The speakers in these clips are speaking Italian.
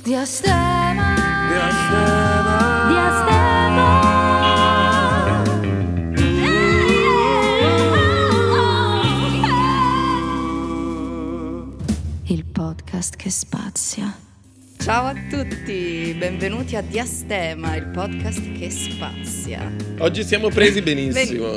Diastema. Il podcast che spazia. Ciao a tutti, benvenuti a Diastema, il podcast che spazia. Oggi siamo presi benissimo.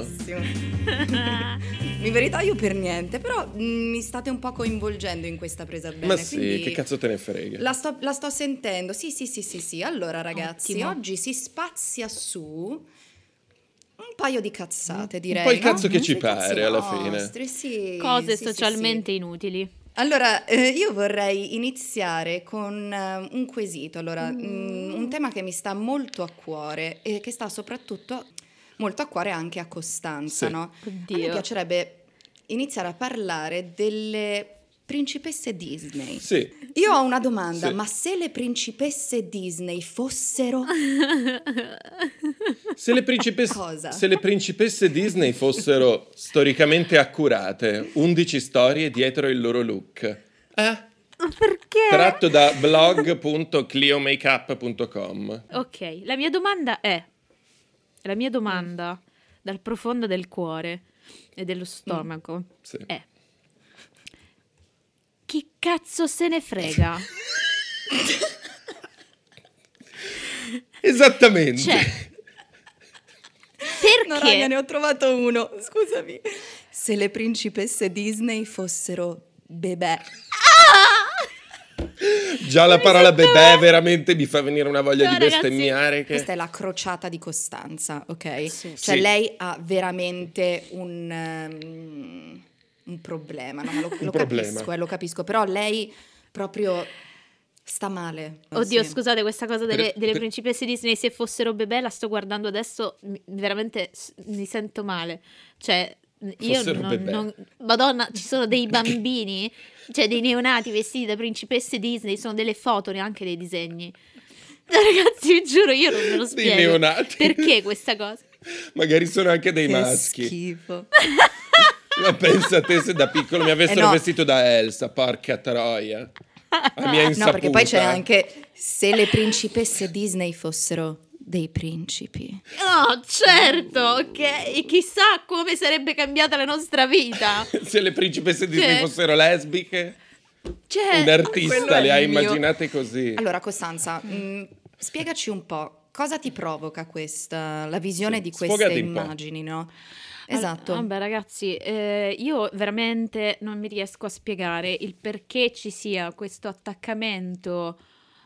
In verità io per niente, però mi state un po' coinvolgendo in questa presa bene. Ma sì, che cazzo te ne frega? La sto sentendo, sì. Allora ragazzi, Ottimo. Oggi si spazia su un paio di cazzate, direi. Un po' il cazzo no? che ci Sui cazzi pare alla fine. nostri, sì, Cose sì, socialmente sì. inutili. Allora, io vorrei iniziare con un quesito. Allora, un tema che mi sta molto a cuore e che sta soprattutto molto a cuore anche a Costanza, Sì. no? Oddio. A me piacerebbe iniziare a parlare delle principesse Disney. Sì. Io ho una domanda, Sì. ma se le principesse Disney fossero... Se le principesse, Cosa? se le principesse Disney fossero storicamente accurate, 11 storie dietro il loro look. Perché? Tratto da blog.cliomakeup.com. Ok, la mia domanda dal profondo del cuore e dello stomaco Sì. è: chi cazzo se ne frega? Esattamente. Cioè, No, perché? raga, ne ho trovato uno, scusami. Se le principesse Disney fossero bebè. Già la parola bebè veramente mi fa venire una voglia No, di ragazzi, bestemmiare. Questa è la crociata di Costanza, ok? Sì. Cioè Sì. lei ha veramente un problema, no? Ma lo capisco, però lei proprio sta male. Oddio, Sì. scusate, questa cosa delle Per- principesse Disney, se fossero bebè, la sto guardando adesso, veramente mi sento male. Cioè, io Fossero bebè. Madonna, ci sono dei bambini, cioè dei neonati vestiti da principesse Disney, sono delle foto, neanche dei disegni. Ragazzi, vi giuro, io non me lo Dei spiego. neonati. Perché questa cosa? Magari sono anche dei che maschi. schifo. Ma pensa a te se da piccolo mi avessero no. vestito da Elsa, porca troia. A mia insaputa. No, perché poi c'è anche se le principesse Disney fossero dei principi. No, certo, ok. E chissà come sarebbe cambiata la nostra vita. Se le principesse Disney Cioè- fossero lesbiche, Cioè, un quello artista è le ha il mio. immaginate così. Allora, Costanza, spiegaci un po', cosa ti provoca la visione Sì, di queste sfogati un po'. immagini, no? Esatto. Vabbè, ragazzi, io veramente non mi riesco a spiegare il perché ci sia questo attaccamento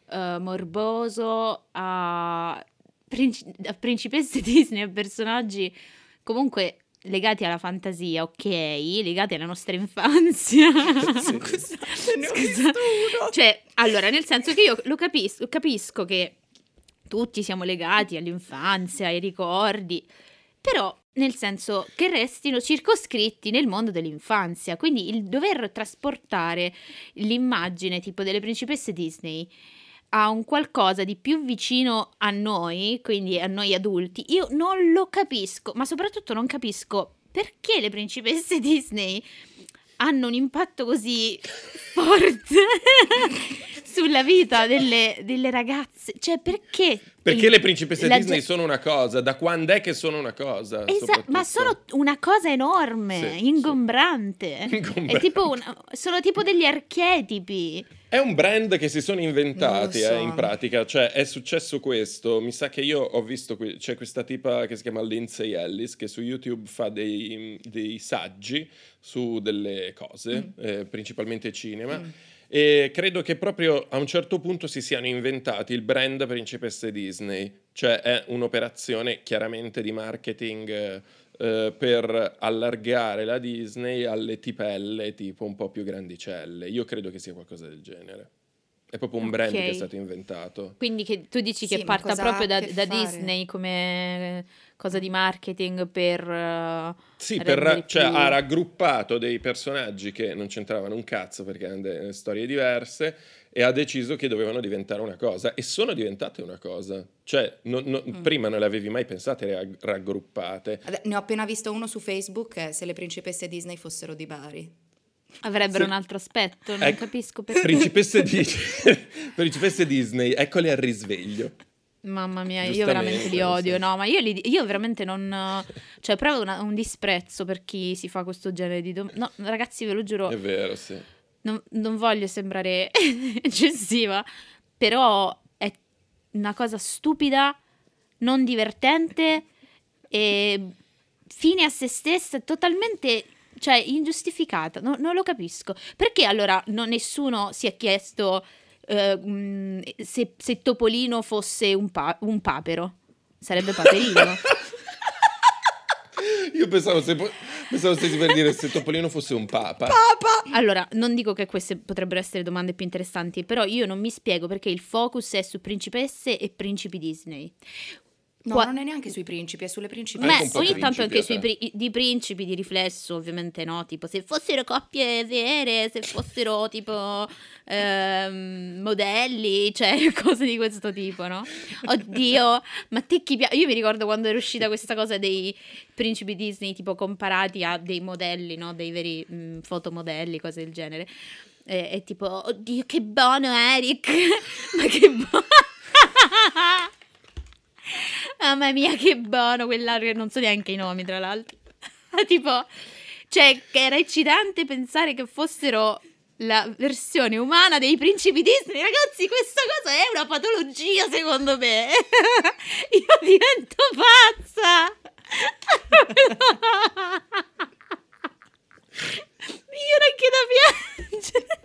morboso a principesse Disney, a personaggi comunque legati alla fantasia, ok, legati alla nostra infanzia. Scusate, ne ho visto uno. Cioè, allora, nel senso che io lo capisco che tutti siamo legati all'infanzia, ai ricordi, però nel senso che restino circoscritti nel mondo dell'infanzia, quindi il dover trasportare l'immagine tipo delle principesse Disney a un qualcosa di più vicino a noi, quindi a noi adulti, io non lo capisco, ma soprattutto non capisco perché le principesse Disney hanno un impatto così forte sulla vita delle ragazze. Cioè, perché? Perché le principesse la Disney ge- sono una cosa? Da quando è che sono una cosa? Ma soprattutto? sono una cosa enorme, Sì, ingombrante. Ingombrante. È tipo sono tipo degli archetipi. È un brand che si sono inventati, Non lo so. in pratica, cioè è successo questo, mi sa che io ho visto, c'è questa tipa che si chiama Lindsay Ellis che su YouTube fa dei saggi su delle cose, principalmente cinema, e credo che proprio a un certo punto si siano inventati il brand principesse Disney, cioè è un'operazione chiaramente di marketing per allargare la Disney alle tipelle tipo un po' più grandicelle. Io credo che sia qualcosa del genere. È proprio un brand Ok. che è stato inventato. Quindi che tu dici Sì, che ma parta cosa proprio ha a da che fare? Disney come cosa di marketing per Sì, rendere cioè più... ha raggruppato dei personaggi che non c'entravano un cazzo perché erano delle storie diverse e ha deciso che dovevano diventare una cosa e sono diventate una cosa. Cioè, prima non le avevi mai pensate raggruppate. Ne ho appena visto uno su Facebook, se le principesse Disney fossero di Bari. Avrebbero Sì. un altro aspetto, non Ecco, capisco perché. Principesse Disney, eccole al risveglio. Mamma mia, io Giustamente, veramente li lo odio. so. No, ma io veramente non. Cioè, provo un disprezzo per chi si fa questo genere di No, ragazzi, ve lo giuro, È vero, sì. non voglio sembrare eccessiva, però è una cosa stupida, non divertente e fine a se stessa, totalmente, cioè, ingiustificata. Non lo capisco. Perché allora nessuno si è chiesto se Topolino fosse un papero? Sarebbe Paperino. Io pensavo stessi per dire se Topolino fosse un papa. Allora, non dico che queste potrebbero essere domande più interessanti, però io non mi spiego perché il focus è su principesse e principi Disney. No, non è neanche sui principi, è sulle principesse. Anche Ma un po' ogni tanto anche principi, sui di principi di riflesso, ovviamente no, tipo se fossero coppie vere, se fossero tipo modelli, cioè cose di questo tipo, no? Oddio, ma te chi piace? Io mi ricordo quando era uscita questa cosa dei principi Disney tipo comparati a dei modelli, no? Dei veri fotomodelli, cose del genere. E tipo, oddio, che buono Eric! Ma che buono! Mamma mia, che buono quell'altro, che non so neanche i nomi, tra l'altro. Tipo, cioè, che era eccitante pensare che fossero la versione umana dei principi Disney. Ragazzi, questa cosa è una patologia, secondo me. Io divento pazza. Io neanche da piangere.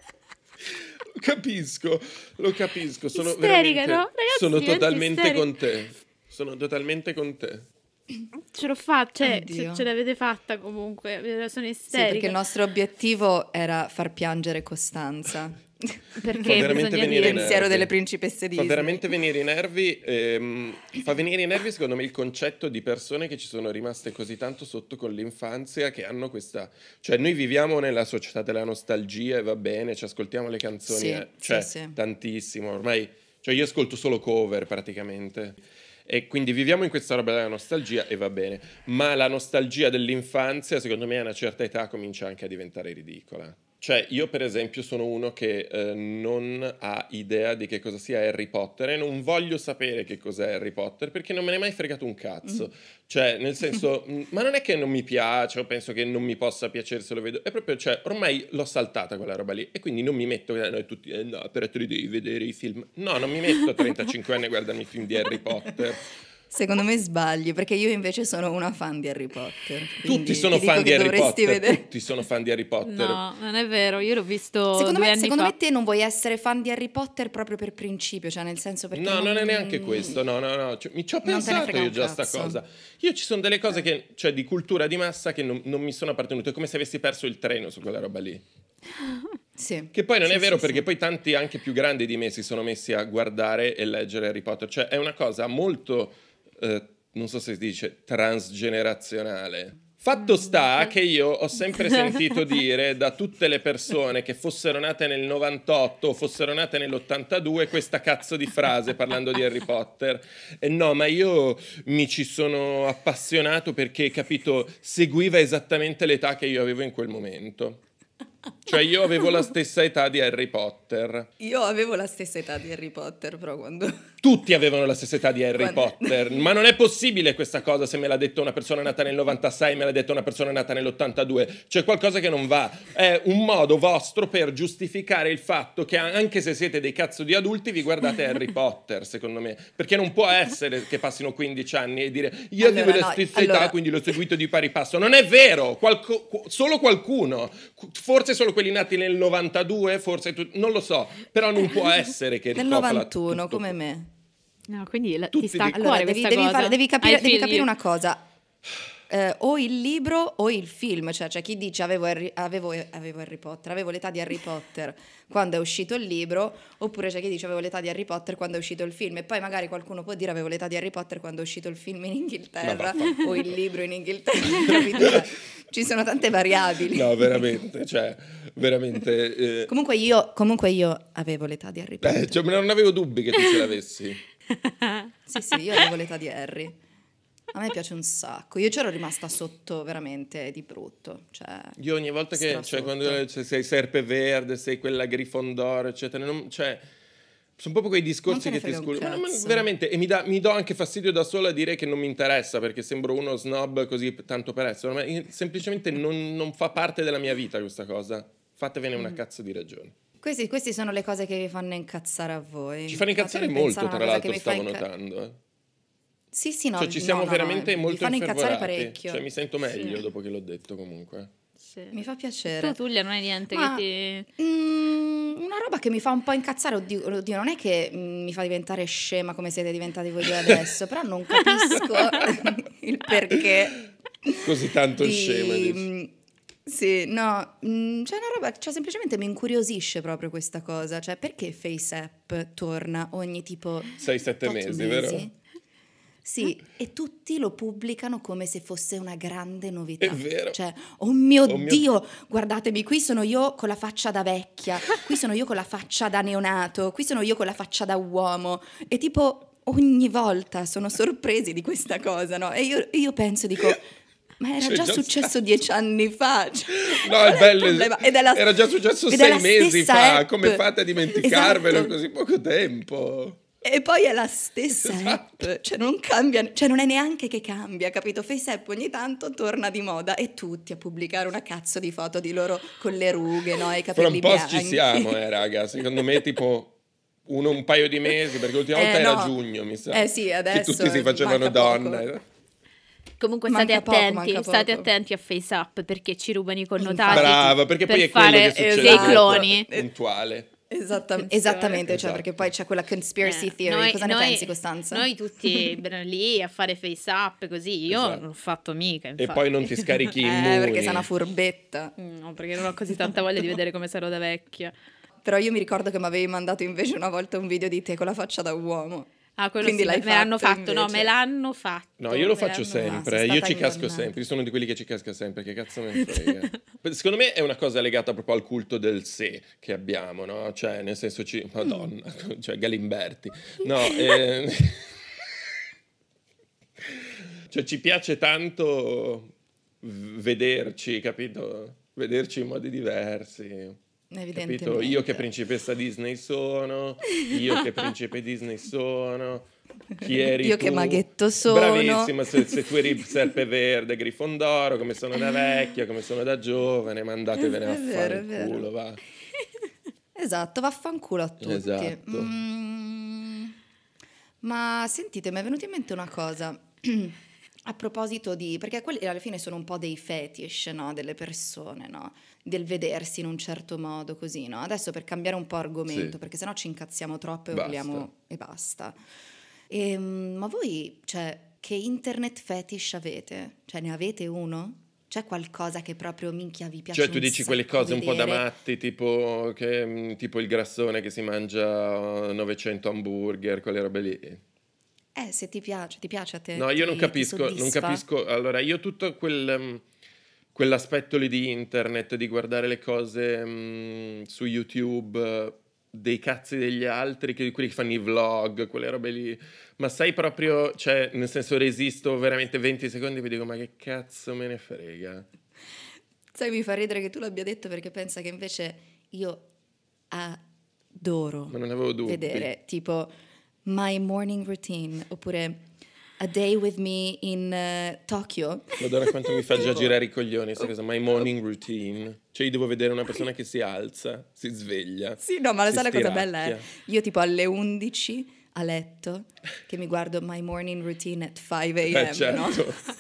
Lo capisco, sono Isterica, veramente, no? Ragazzi, sono divento totalmente isterica. con te. Sono totalmente con te. Ce l'ho fatta, cioè, Oddio. ce l'avete fatta comunque. Sono Sì, isterica. perché il nostro obiettivo era far piangere Costanza. Perché veramente bisogna venire dire in Pensiero nervi. delle principesse Disney. Fa veramente venire i nervi. Fa venire i nervi, secondo me, il concetto di persone che ci sono rimaste così tanto sotto con l'infanzia, che hanno questa. Cioè, noi viviamo nella società della nostalgia e va bene, ci ascoltiamo le canzoni, Sì, cioè, sì. tantissimo. Ormai, cioè, io ascolto solo cover praticamente. E quindi viviamo in questa roba della nostalgia e va bene. Ma la nostalgia dell'infanzia, secondo me, a una certa età comincia anche a diventare ridicola. Cioè, io per esempio sono uno che non ha idea di che cosa sia Harry Potter e non voglio sapere che cos'è Harry Potter perché non me ne è mai fregato un cazzo. Cioè, nel senso, ma non è che non mi piace o penso che non mi possa piacere se lo vedo, è proprio, cioè, ormai l'ho saltata quella roba lì e quindi non mi metto, noi tutti, no, però te li devi vedere i film. No, non mi metto a 35 anni a guardarmi i film di Harry Potter. Secondo me sbagli, perché io invece sono una fan di Harry Potter. quindi Tutti sono ti dico fan di che Harry dovresti Potter, vedere. tutti sono fan di Harry Potter. No, non è vero, io l'ho visto Secondo 2 me, anni secondo fa. me te non vuoi essere fan di Harry Potter proprio per principio, cioè nel senso perché No, non è neanche questo, no. Mi ci ho Non te ne pensato frega io un già sta cazzo. cosa. Io ci sono delle cose che, cioè di cultura di massa che non mi sono appartenute, è come se avessi perso il treno su quella roba lì. Sì. Che poi non Sì, è vero sì, perché sì. poi tanti anche più grandi di me si sono messi a guardare e leggere Harry Potter, cioè è una cosa molto, non so se si dice, transgenerazionale. Fatto sta che io ho sempre sentito dire da tutte le persone che fossero nate nel 98 o fossero nate nell'82 questa cazzo di frase parlando di Harry Potter. E no, ma io mi ci sono appassionato perché, capito, seguiva esattamente l'età che io avevo in quel momento. Cioè io avevo la stessa età di Harry Potter. Io avevo la stessa età di Harry Potter, però quando... Tutti avevano la stessa età di Harry Quando- Potter, ma non è possibile questa cosa se me l'ha detto una persona nata nel 96, me l'ha detto una persona nata nell'82. C'è qualcosa che non va. È un modo vostro per giustificare il fatto che anche se siete dei cazzo di adulti vi guardate Harry Potter, secondo me. Perché non può essere che passino 15 anni e dire io Allora, avevo la no, stessa allora- età, quindi l'ho seguito di pari passo. Non è vero, solo qualcuno. Forse solo quelli nati nel 92, forse non lo so, però non può essere che Nel ricopla 91, tutto. come me. No, quindi ti Tutti sta a di- cuore Allora, questa cosa? devi Hai figli? capire una cosa. O il libro o il film, cioè c'è chi dice avevo Harry Potter, avevo l'età di Harry Potter quando è uscito il libro, oppure c'è chi dice avevo l'età di Harry Potter quando è uscito il film, e poi magari qualcuno può dire avevo l'età di Harry Potter quando è uscito il film in Ma Inghilterra vaffanculo. o il libro in Inghilterra, capito? Cioè, ci sono tante variabili. No, veramente, cioè, veramente. Comunque io avevo l'età di Harry Potter. Cioè, non avevo dubbi che tu ce l'avessi. Sì, io avevo l'età di Harry. A me piace un sacco. Io c'ero rimasta sotto veramente di brutto. Cioè, Io ogni volta che, cioè, quando sei Serpeverde, sei quella Grifondoro, eccetera, cioè, sono proprio quei discorsi che ti sculano. Ma veramente, e mi do anche fastidio da sola a dire che non mi interessa, perché sembro uno snob così tanto per essere. Ma semplicemente non fa parte della mia vita questa cosa. Fatevene una cazzo di ragione. questi sono le cose che vi fanno incazzare a voi. Ci fanno incazzare molto, tra l'altro, stavo notando. Sì, no. Cioè, ci siamo veramente molto mi fanno incazzare infervorati. parecchio. Cioè, mi sento meglio dopo che l'ho detto, comunque. Sì. Mi fa piacere. Tu, Tullia, non è niente Ma, che ti... una roba che mi fa un po' incazzare, oddio, non è che mi fa diventare scema come siete diventati voi due adesso, però non capisco il perché. Così tanto scema, dici. Sì, no, c'è una roba, cioè semplicemente mi incuriosisce proprio questa cosa, cioè perché FaceApp torna ogni tipo 6-7 mesi, vero? Sì, e tutti lo pubblicano come se fosse una grande novità. È vero. Cioè, oh mio Dio, guardatemi, qui sono io con la faccia da vecchia, qui sono io con la faccia da neonato, qui sono io con la faccia da uomo. E tipo ogni volta sono sorpresi di questa cosa, no? E io penso, dico... Ma era già successo 10 anni fa. Cioè, no, è bello. Era già successo 6 mesi fa. App. Come fate a dimenticarvelo in così poco tempo? E poi è la stessa app, cioè non cambia, cioè non è neanche che cambia, capito? FaceApp ogni tanto torna di moda e tutti a pubblicare una cazzo di foto di loro con le rughe, no? E i capelli Fra un po' bianchi. ci siamo, raga. Secondo me tipo un paio di mesi, perché l'ultima volta era giugno, mi sa. Sì, adesso che tutti si facevano donna. Comunque state attenti a FaceApp perché ci rubano i connotati. Brava, perché poi è quello che succede. Dei cloni. Puntuale. Esattamente, cioè perché poi c'è quella conspiracy theory. Cosa ne pensi, Costanza? Noi tutti lì a fare FaceApp così, io non l'ho fatto mica, infatti. E poi non ti scarichi Immuni. Perché sei una furbetta. No, perché non ho così tanta voglia di vedere come sarò da vecchia. Però io mi ricordo che mi avevi mandato invece una volta un video di te con la faccia da uomo. Ah, quello quindi sì, me l'hanno fatto, invece. no, me l'hanno fatto. No, io lo faccio sempre, io ci casco ingannata. sempre, io sono di quelli che ci casca sempre, che cazzo me ne frega. Secondo me è una cosa legata proprio al culto del sé che abbiamo, no? Cioè, nel senso, Madonna, cioè Galimberti. No, cioè ci piace tanto vederci, capito? Vederci in modi diversi. Capito? Io che principessa Disney sono, io che principe Disney sono, chi eri io tu? Che maghetto sono. Bravissima, se tu eri Serpeverde, Grifondoro, come sono da vecchia, come sono da giovane, mandatevene a fanculo, va. Esatto, vaffanculo a tutti. Esatto. Ma sentite, mi è venuta in mente una cosa. A proposito perché quelli alla fine sono un po' dei fetish, no? Delle persone, no? Del vedersi in un certo modo, così, no? Adesso per cambiare un po' argomento, Sì. perché sennò ci incazziamo troppo e Basta. urliamo e basta. Ma voi, cioè, che internet fetish avete? Cioè, ne avete uno? C'è qualcosa che proprio minchia vi piace? Cioè tu dici quelle cose vedere? un po' da matti, tipo il grassone che si mangia 900 hamburger, quelle robe lì. Se ti piace a te? No, io non capisco. Allora, io tutto quell'aspetto lì di internet, di guardare le cose su YouTube, dei cazzi degli altri, quelli che fanno i vlog, quelle robe lì. Ma sai proprio, cioè, nel senso resisto veramente 20 secondi e mi dico, ma che cazzo me ne frega? Sai, mi fa ridere che tu l'abbia detto perché pensa che invece io adoro Ma non avevo dubbi. vedere tipo My Morning Routine oppure A Day With Me in Tokyo. Madonna quanto mi fa già girare i coglioni questa cosa, my morning routine. Cioè io devo vedere una persona che si alza, si sveglia. Sì, no, ma si sai la cosa stiracchia. bella è? Io tipo alle 11 a letto che mi guardo My Morning Routine at 5 a.m., certo. no?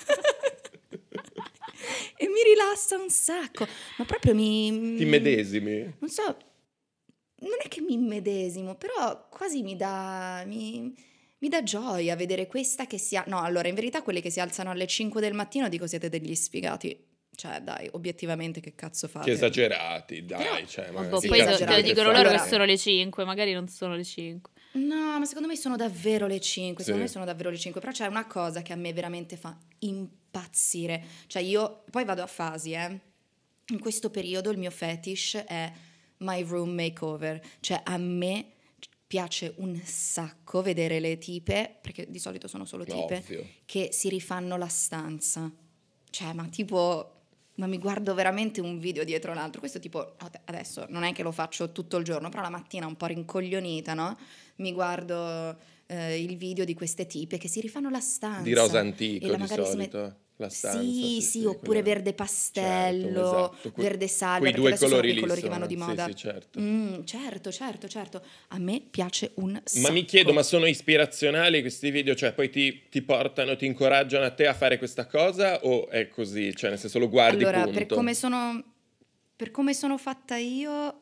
E mi rilassa un sacco, ma proprio Ti medesimi. non so, non è che mi immedesimo, però quasi mi dà gioia vedere questa che no, allora in verità quelli che si alzano alle 5 del mattino dico siete degli sfigati. Cioè, dai, obiettivamente che cazzo fate? Che esagerati, dai. Però, cioè, Poi sì, te cazzo lo dovete dicono fare? loro che sono le 5, magari non sono le 5. No, ma secondo me sono davvero le 5, Sì. secondo me sono davvero le 5, però c'è una cosa che a me veramente fa impazzire. Cioè io, poi vado a fasi, In questo periodo il mio fetish è my room makeover, cioè a me piace un sacco vedere le tipe, perché di solito sono solo tipe, Ovvio. che si rifanno la stanza. Cioè, ma tipo, ma mi guardo veramente un video dietro l'altro. Questo tipo, adesso non è che lo faccio tutto il giorno, però la mattina un po' rincoglionita, no? Mi guardo il video di queste tipe che si rifanno la stanza. Di rosa E antico la di magari solito, la stanza. sì, oppure quella- verde pastello, Certo, esatto. verde salvia, Quei perché due adesso sono colori quei lì colori che sono, vanno di moda. Sì, certo. Certo. A me piace un sacco. Ma mi chiedo, ma sono ispirazionali questi video? Cioè, poi ti portano, ti incoraggiano a te a fare questa cosa? O è così? Cioè, nel senso, lo guardi, Allora, punto? per come sono fatta io,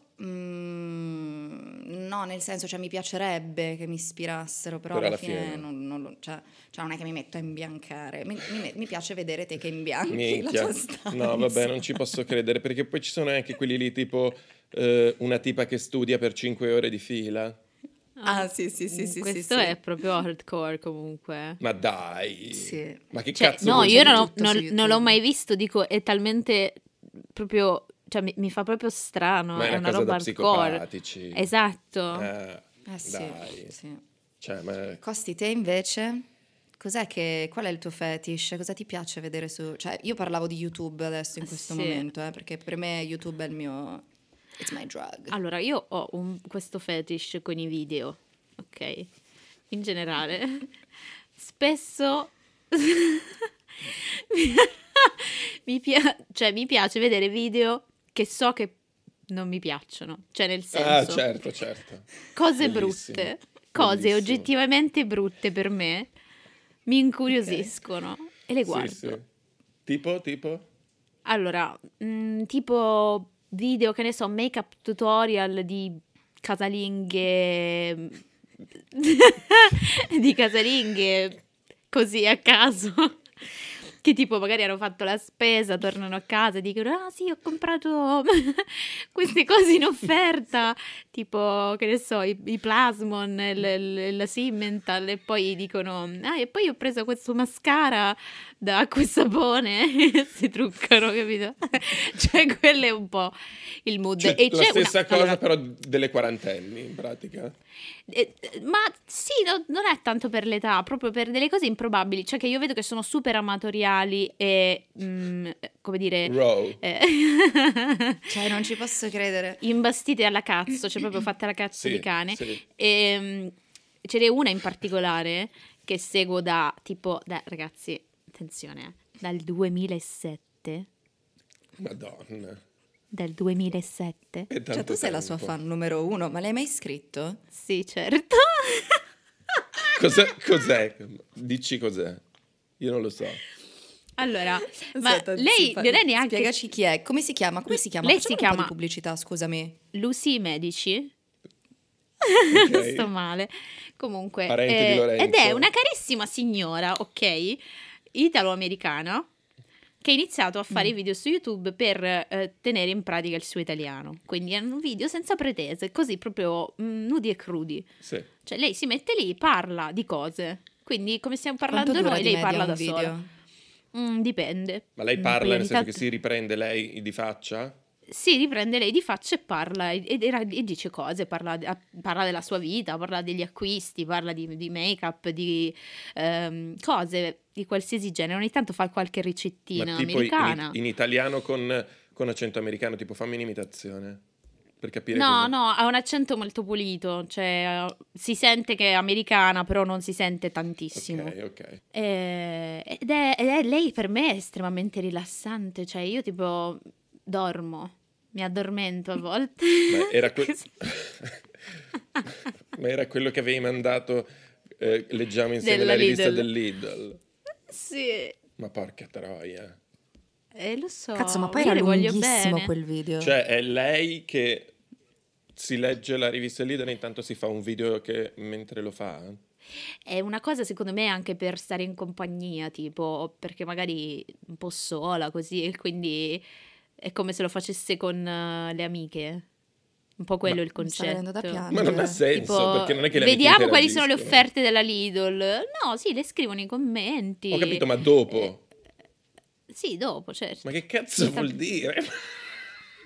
no, nel senso, cioè mi piacerebbe che mi ispirassero, però Però alla alla fine fine cioè, non è che mi metto a imbiancare, mi piace vedere te che imbianchi Minchia. la tua stanza. No, vabbè, non ci posso credere, perché poi ci sono anche quelli lì, tipo una tipa che studia per 5 ore di fila. Ah, sì, Questo è proprio hardcore comunque. Ma dai! Sì. Ma che Cioè, cazzo no, vuol io dire? tutto su non l'ho YouTube. mai visto, dico, è talmente proprio, cioè mi fa proprio strano, Ma è è una una cosa roba da hardcore. psicopatici. Esatto. Sì, Dai. sì. Cioè, ma... Costi, te invece? Qual è il tuo fetish? Cosa ti piace vedere su... Cioè, io parlavo di YouTube adesso in questo Sì. momento, perché per me YouTube è il mio... It's my drug. Allora, io ho questo fetish con i video, ok? In generale, spesso cioè, mi piace vedere video che so che non mi piacciono, cioè nel Ah, senso, certo. cose Bellissimo, brutte, cose bellissimo. oggettivamente brutte per me, mi incuriosiscono e le Sì, guardo. sì. Tipo? Allora, tipo video, che ne so, make-up tutorial di casalinghe di casalinghe così a caso, che tipo magari hanno fatto la spesa, tornano a casa e dicono ah sì, ho comprato queste cose in offerta, tipo che ne so, i Plasmon, la Simmental, e poi dicono ah, e poi ho preso questo mascara da acqua e sapone si truccano, capito? Cioè quello è un po' il mood. Cioè, E la c'è stessa cosa allora, però delle quarantenni, in pratica. ma sì, non è tanto per l'età, proprio per delle cose improbabili, cioè che io vedo che sono super amatoriali e, come dire, Raw. Cioè, non ci posso credere. imbastite alla cazzo, cioè proprio fatte alla cazzo Sì, di cane. sì. E ce n'è una in particolare che seguo ragazzi, attenzione, dal 2007. Madonna. Dal 2007? È tanto Cioè, tu sei la sua tempo. fan numero 1, ma l'hai mai scritto? Sì, certo. Cos'è? Dici cos'è. Io non lo so. Allora, ma Aspetta, lei non è neanche... Spiegaci chi è. Come si chiama? Lei Facciamo si un po' chiama di pubblicità, scusami. Lucy Medici. Ok. Sto male. Comunque, Parente di Lorenzo. ed è una carissima signora, ok, italo-americana, che ha iniziato a fare i video su YouTube per tenere in pratica il suo italiano. Quindi è un video senza pretese, così proprio nudi e crudi. Sì. Cioè lei si mette lì, parla di cose. Quindi come stiamo parlando Quanto dura noi, di lei media parla un da video? sola. Dipende. Ma lei Poi parla ogni nel senso tanto- che si riprende lei di faccia? si riprende lei di faccia e parla e dice cose, parla della sua vita, parla degli acquisti, parla di make-up, di cose di qualsiasi genere. Ogni tanto fa qualche Ma ricettina tipo americana. in italiano con accento americano, tipo fammi un'imitazione. Per capire No, cosa... ha un accento molto pulito, cioè si sente che è americana, però non si sente tantissimo. Ok. Ed è lei per me è estremamente rilassante, cioè io tipo dormo, mi addormento a volte. Ma era, Ma era quello che avevi mandato, leggiamo insieme Della la rivista Lidl. del Lidl. Sì, Ma porca troia. lo so. Cazzo, ma poi io era le voglio lunghissimo bene. quel video. Cioè, è lei che si legge la rivista Lidl e intanto si fa un video che mentre lo fa? È una cosa secondo me anche per stare in compagnia, tipo, perché magari un po' sola così, e quindi è come se lo facesse con le amiche. Un po' quello è il Mi sta venendo da concetto. piangere. Ma non ha senso, Tipo, perché non è che le amiche vediamo quali sono le interagiscono. offerte della Lidl. No, sì, le scrivono i commenti. Ho capito, ma dopo? Sì, dopo, certo. Ma che cazzo vuol dire?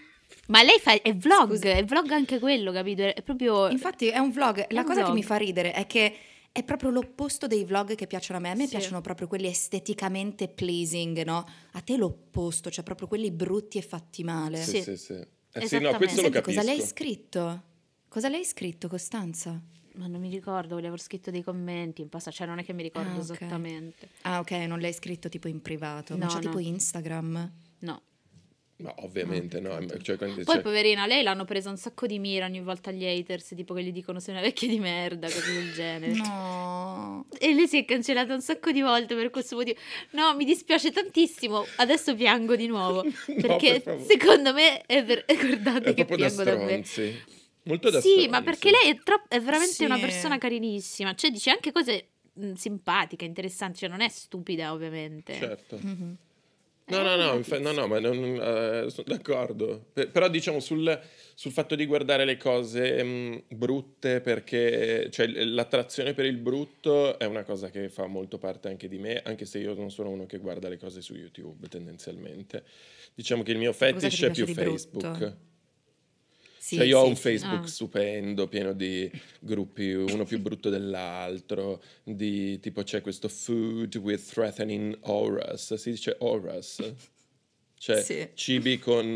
Ma lei è vlog, Scusi. è vlog anche quello, capito? È proprio... Infatti è un vlog. La un cosa che vlog. mi fa ridere è che è proprio l'opposto dei vlog che piacciono a me. A me Sì. piacciono proprio quelli esteticamente pleasing, no? A te l'opposto, cioè proprio quelli brutti e fatti male. Sì. Sì. Sì, no, Esattamente. questo lo Senti, capisco. cosa lei hai scritto? Cosa lei hai scritto, Costanza? Ma non mi ricordo, volevo aver scritto dei commenti in passato, cioè non è che mi ricordo Ah, ok. esattamente. Ah, ok, non l'hai scritto tipo in privato. No, Ma c'è no. tipo Instagram? No. Ma ovviamente no, cioè, quando- Poi cioè- poverina, lei l'hanno presa un sacco di mira ogni volta agli haters, tipo che gli dicono sei una vecchia di merda, cose del genere. No. E lei si è cancellata un sacco di volte per questo motivo. No, mi dispiace tantissimo. Adesso piango di nuovo. Perché per favore. secondo me guardate È che proprio da piango davvero. stronzi. Molto da Sì, stronzi. ma perché lei è veramente Sì. una persona carinissima. Cioè, dice anche cose simpatiche, interessanti. Cioè, non è stupida, ovviamente. Certo. Mhm. No, ma sono d'accordo. Però diciamo sul fatto di guardare le cose brutte, perché cioè, l'attrazione per il brutto è una cosa che fa molto parte anche di me, anche se io non sono uno che guarda le cose su YouTube tendenzialmente. Diciamo che il mio Cosa che fetish ti è piace più di brutto? Facebook. Sì, Cioè io ho sì, un sì. Facebook Ah. stupendo, pieno di gruppi, uno più brutto dell'altro, di tipo c'è questo food with threatening auras, si dice auras? Cioè Sì. cibi con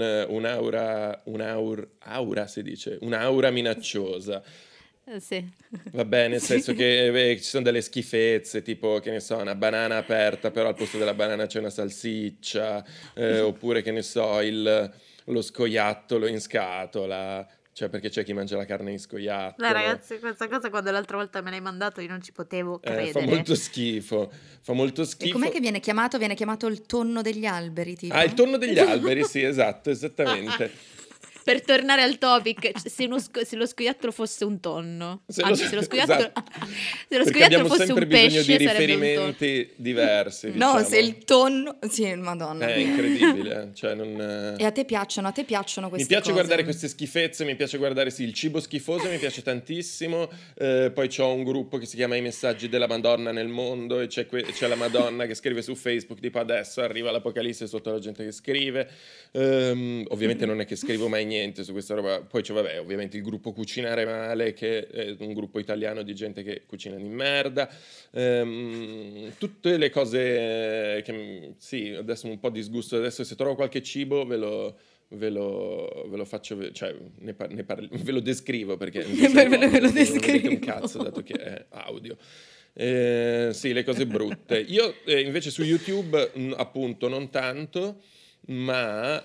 aura si dice, un'aura minacciosa. Sì. Va bene, nel Sì. senso che ci sono delle schifezze, tipo, che ne so, una banana aperta, però al posto della banana c'è una salsiccia, oppure, che ne so, lo scoiattolo in scatola, cioè perché c'è chi mangia la carne in scoiattolo. Dai, ragazzi, questa cosa quando l'altra volta me l'hai mandato io non ci potevo credere. Fa molto schifo, fa molto E schifo. com'è che viene chiamato? Viene chiamato il tonno degli alberi, tipo? Ah, il tonno degli alberi, sì, esatto, esattamente. Per tornare al topic, se lo scoiattolo fosse un tonno, Se anzi, se lo scoiattolo, esatto. se lo Perché scoiattolo abbiamo fosse sempre un bisogno pesce, di sarebbe un tonno. riferimenti diversi, No, diciamo. se il tonno... Sì, madonna. È incredibile, cioè non... E a te piacciono Mi queste piace cose? guardare queste schifezze, mi piace guardare sì, il cibo schifoso, mi piace tantissimo. Poi c'ho un gruppo che si chiama I Messaggi della Madonna nel mondo e c'è la Madonna che scrive su Facebook tipo adesso arriva l'Apocalisse sotto la gente che scrive. Ovviamente non è che scrivo mai niente su questa roba. Poi c'è vabbè, ovviamente il gruppo Cucinare Male, che è un gruppo italiano di gente che cucina di merda. Tutte le cose che sì, adesso un po' disgusto. Adesso se trovo qualche cibo ve lo faccio, cioè ve lo descrivo perché Ve lo non vedete descrivo. un cazzo dato che è audio. Sì, le cose brutte. Io invece su YouTube appunto non tanto, ma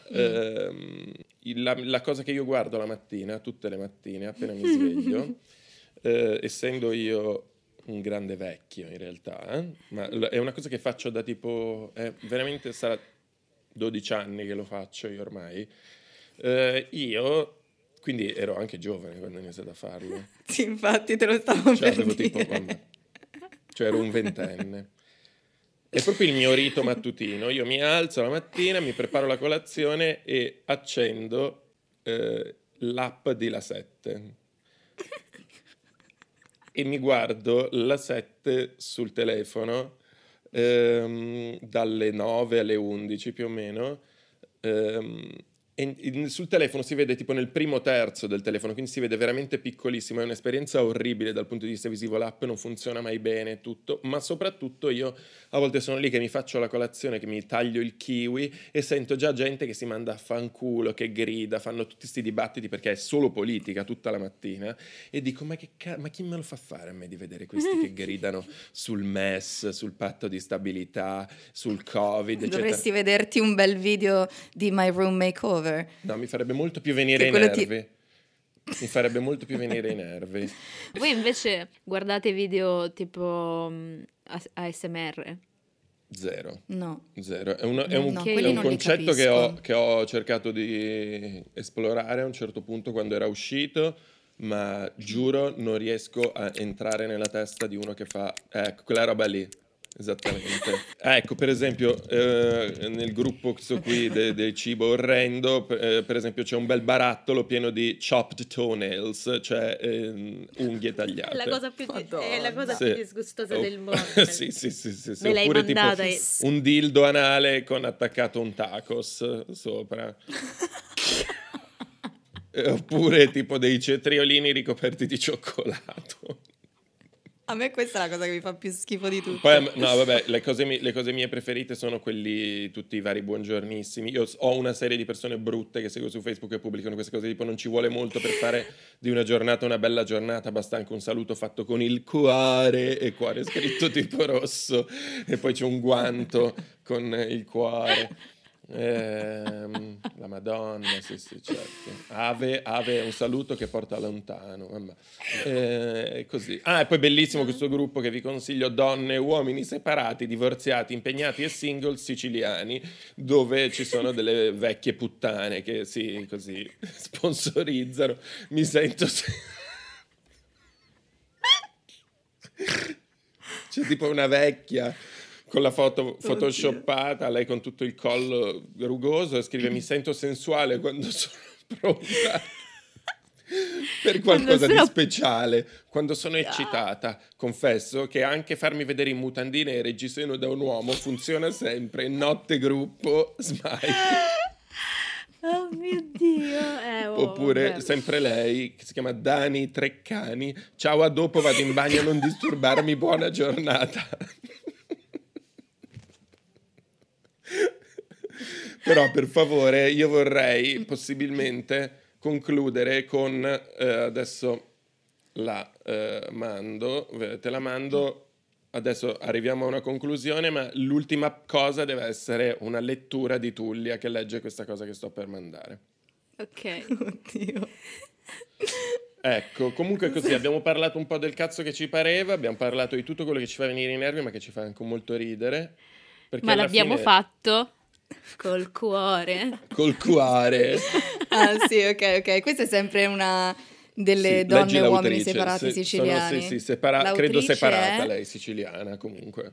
la cosa che io guardo la mattina, tutte le mattine appena mi sveglio, essendo io un grande vecchio in realtà, ma è una cosa che faccio da tipo veramente sarà 12 anni che lo faccio io ormai. Io quindi ero anche giovane quando ho iniziato a farlo. Sì, infatti te lo stavo Cioè per avevo dire. tipo cioè ero un ventenne. È proprio il mio rito mattutino. Io mi alzo la mattina, mi preparo la colazione e accendo l'app di La 7 e mi guardo La 7 sul telefono dalle 9 alle 11 più o meno. E sul telefono si vede tipo nel primo terzo del telefono, quindi si vede veramente piccolissimo, è un'esperienza orribile dal punto di vista visivo, l'app non funziona mai bene tutto, ma soprattutto io a volte sono lì che mi faccio la colazione, che mi taglio il kiwi e sento già gente che si manda a fanculo, che grida, fanno tutti questi dibattiti perché è solo politica tutta la mattina e dico ma chi me lo fa fare a me di vedere questi che gridano sul MES, sul patto di stabilità, sul Covid, eccetera. Dovresti vederti un bel video di My Room Makeover. No, mi farebbe molto più venire Che i quello nervi. Mi farebbe molto più venire i nervi. Voi invece guardate video tipo ASMR? Zero. No. È No, un quelli non li concetto capisco. che ho cercato di esplorare a un certo punto quando era uscito, ma giuro non riesco a entrare nella testa di uno che fa quella roba lì. Esattamente. Ecco, per esempio, nel gruppo questo qui del cibo orrendo, per esempio c'è un bel barattolo pieno di chopped toenails, cioè unghie tagliate. È la cosa più, è la cosa Sì. più disgustosa del mondo. Sì. Me l'hai Oppure tipo mandata un dildo anale con attaccato un tacos sopra. oppure tipo dei cetriolini ricoperti di cioccolato. A me questa è la cosa che mi fa più schifo di tutto. Poi, no, vabbè, le cose mie preferite sono quelli, tutti i vari buongiornissimi. Io ho una serie di persone brutte che seguo su Facebook e pubblicano queste cose, tipo non ci vuole molto per fare di una giornata una bella giornata, basta anche un saluto fatto con il cuore, e cuore scritto tipo rosso, e poi c'è un guanto con il cuore. La Madonna, sì, certo. Ave è un saluto che porta lontano. Così. E poi bellissimo questo gruppo che vi consiglio: donne e uomini separati, divorziati, impegnati e single siciliani, dove ci sono delle vecchie puttane che sì, così sponsorizzano. Mi sento c'è tipo una vecchia con la foto photoshoppata, lei con tutto il collo rugoso, e scrive: mi sento sensuale quando sono pronta per qualcosa di speciale, quando sono eccitata. Confesso che anche farmi vedere in mutandine e reggiseno da un uomo funziona sempre. Notte gruppo, smile. Oh mio Dio. Oppure vabbè. sempre lei, che si chiama Dani Treccani: ciao, a dopo, vado in bagno, non disturbarmi, buona giornata. Però per favore, io vorrei possibilmente concludere con adesso te la mando, adesso arriviamo a una conclusione, ma l'ultima cosa deve essere una lettura di Tullia che legge questa cosa che sto per mandare. Ok. Oddio. Ecco, comunque così abbiamo parlato un po' del cazzo che ci pareva, abbiamo parlato di tutto quello che ci fa venire i nervi, ma che ci fa anche molto ridere. Ma l'abbiamo fatto col cuore. Col cuore. Ah sì, ok. Questa è sempre una delle donne e uomini separati siciliani. Credo separata lei, siciliana comunque.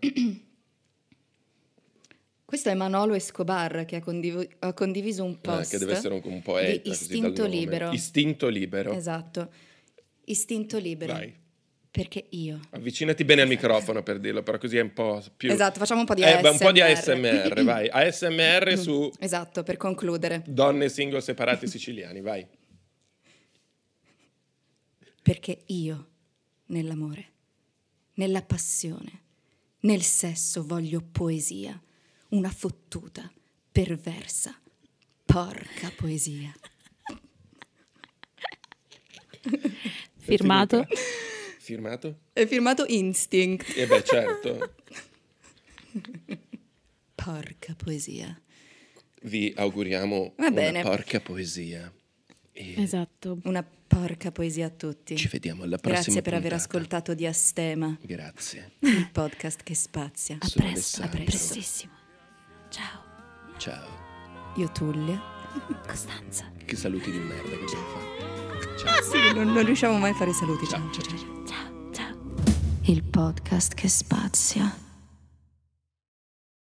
Questo è Manolo Escobar che ha condiviso un post che deve essere un poeta di Istinto Libero. Istinto Libero. Esatto. Istinto Libero. Vai. Perché io. Avvicinati bene al microfono per dirlo, però così è un po' più... Esatto, facciamo un po' di ASMR. Un po' di ASMR, vai. ASMR su... Esatto, per concludere. Donne single separati siciliani, vai. Perché io, nell'amore, nella passione, nel sesso voglio poesia, una fottuta, perversa, porca poesia. Firmato? Firmato? È firmato Instinct. Beh, certo. Porca poesia. Vi auguriamo una porca poesia. Esatto. Una porca poesia a tutti. Ci vediamo alla prossima Grazie per puntata. aver ascoltato Diastema. Grazie. Il podcast che spazia. A presto, prestissimo. Ciao. Io Tullia. Costanza. Che saluti di merda che abbiamo fatto. Ciao. Sì, non riusciamo mai a fare i saluti. Ciao. Ciao. Il podcast che spazia.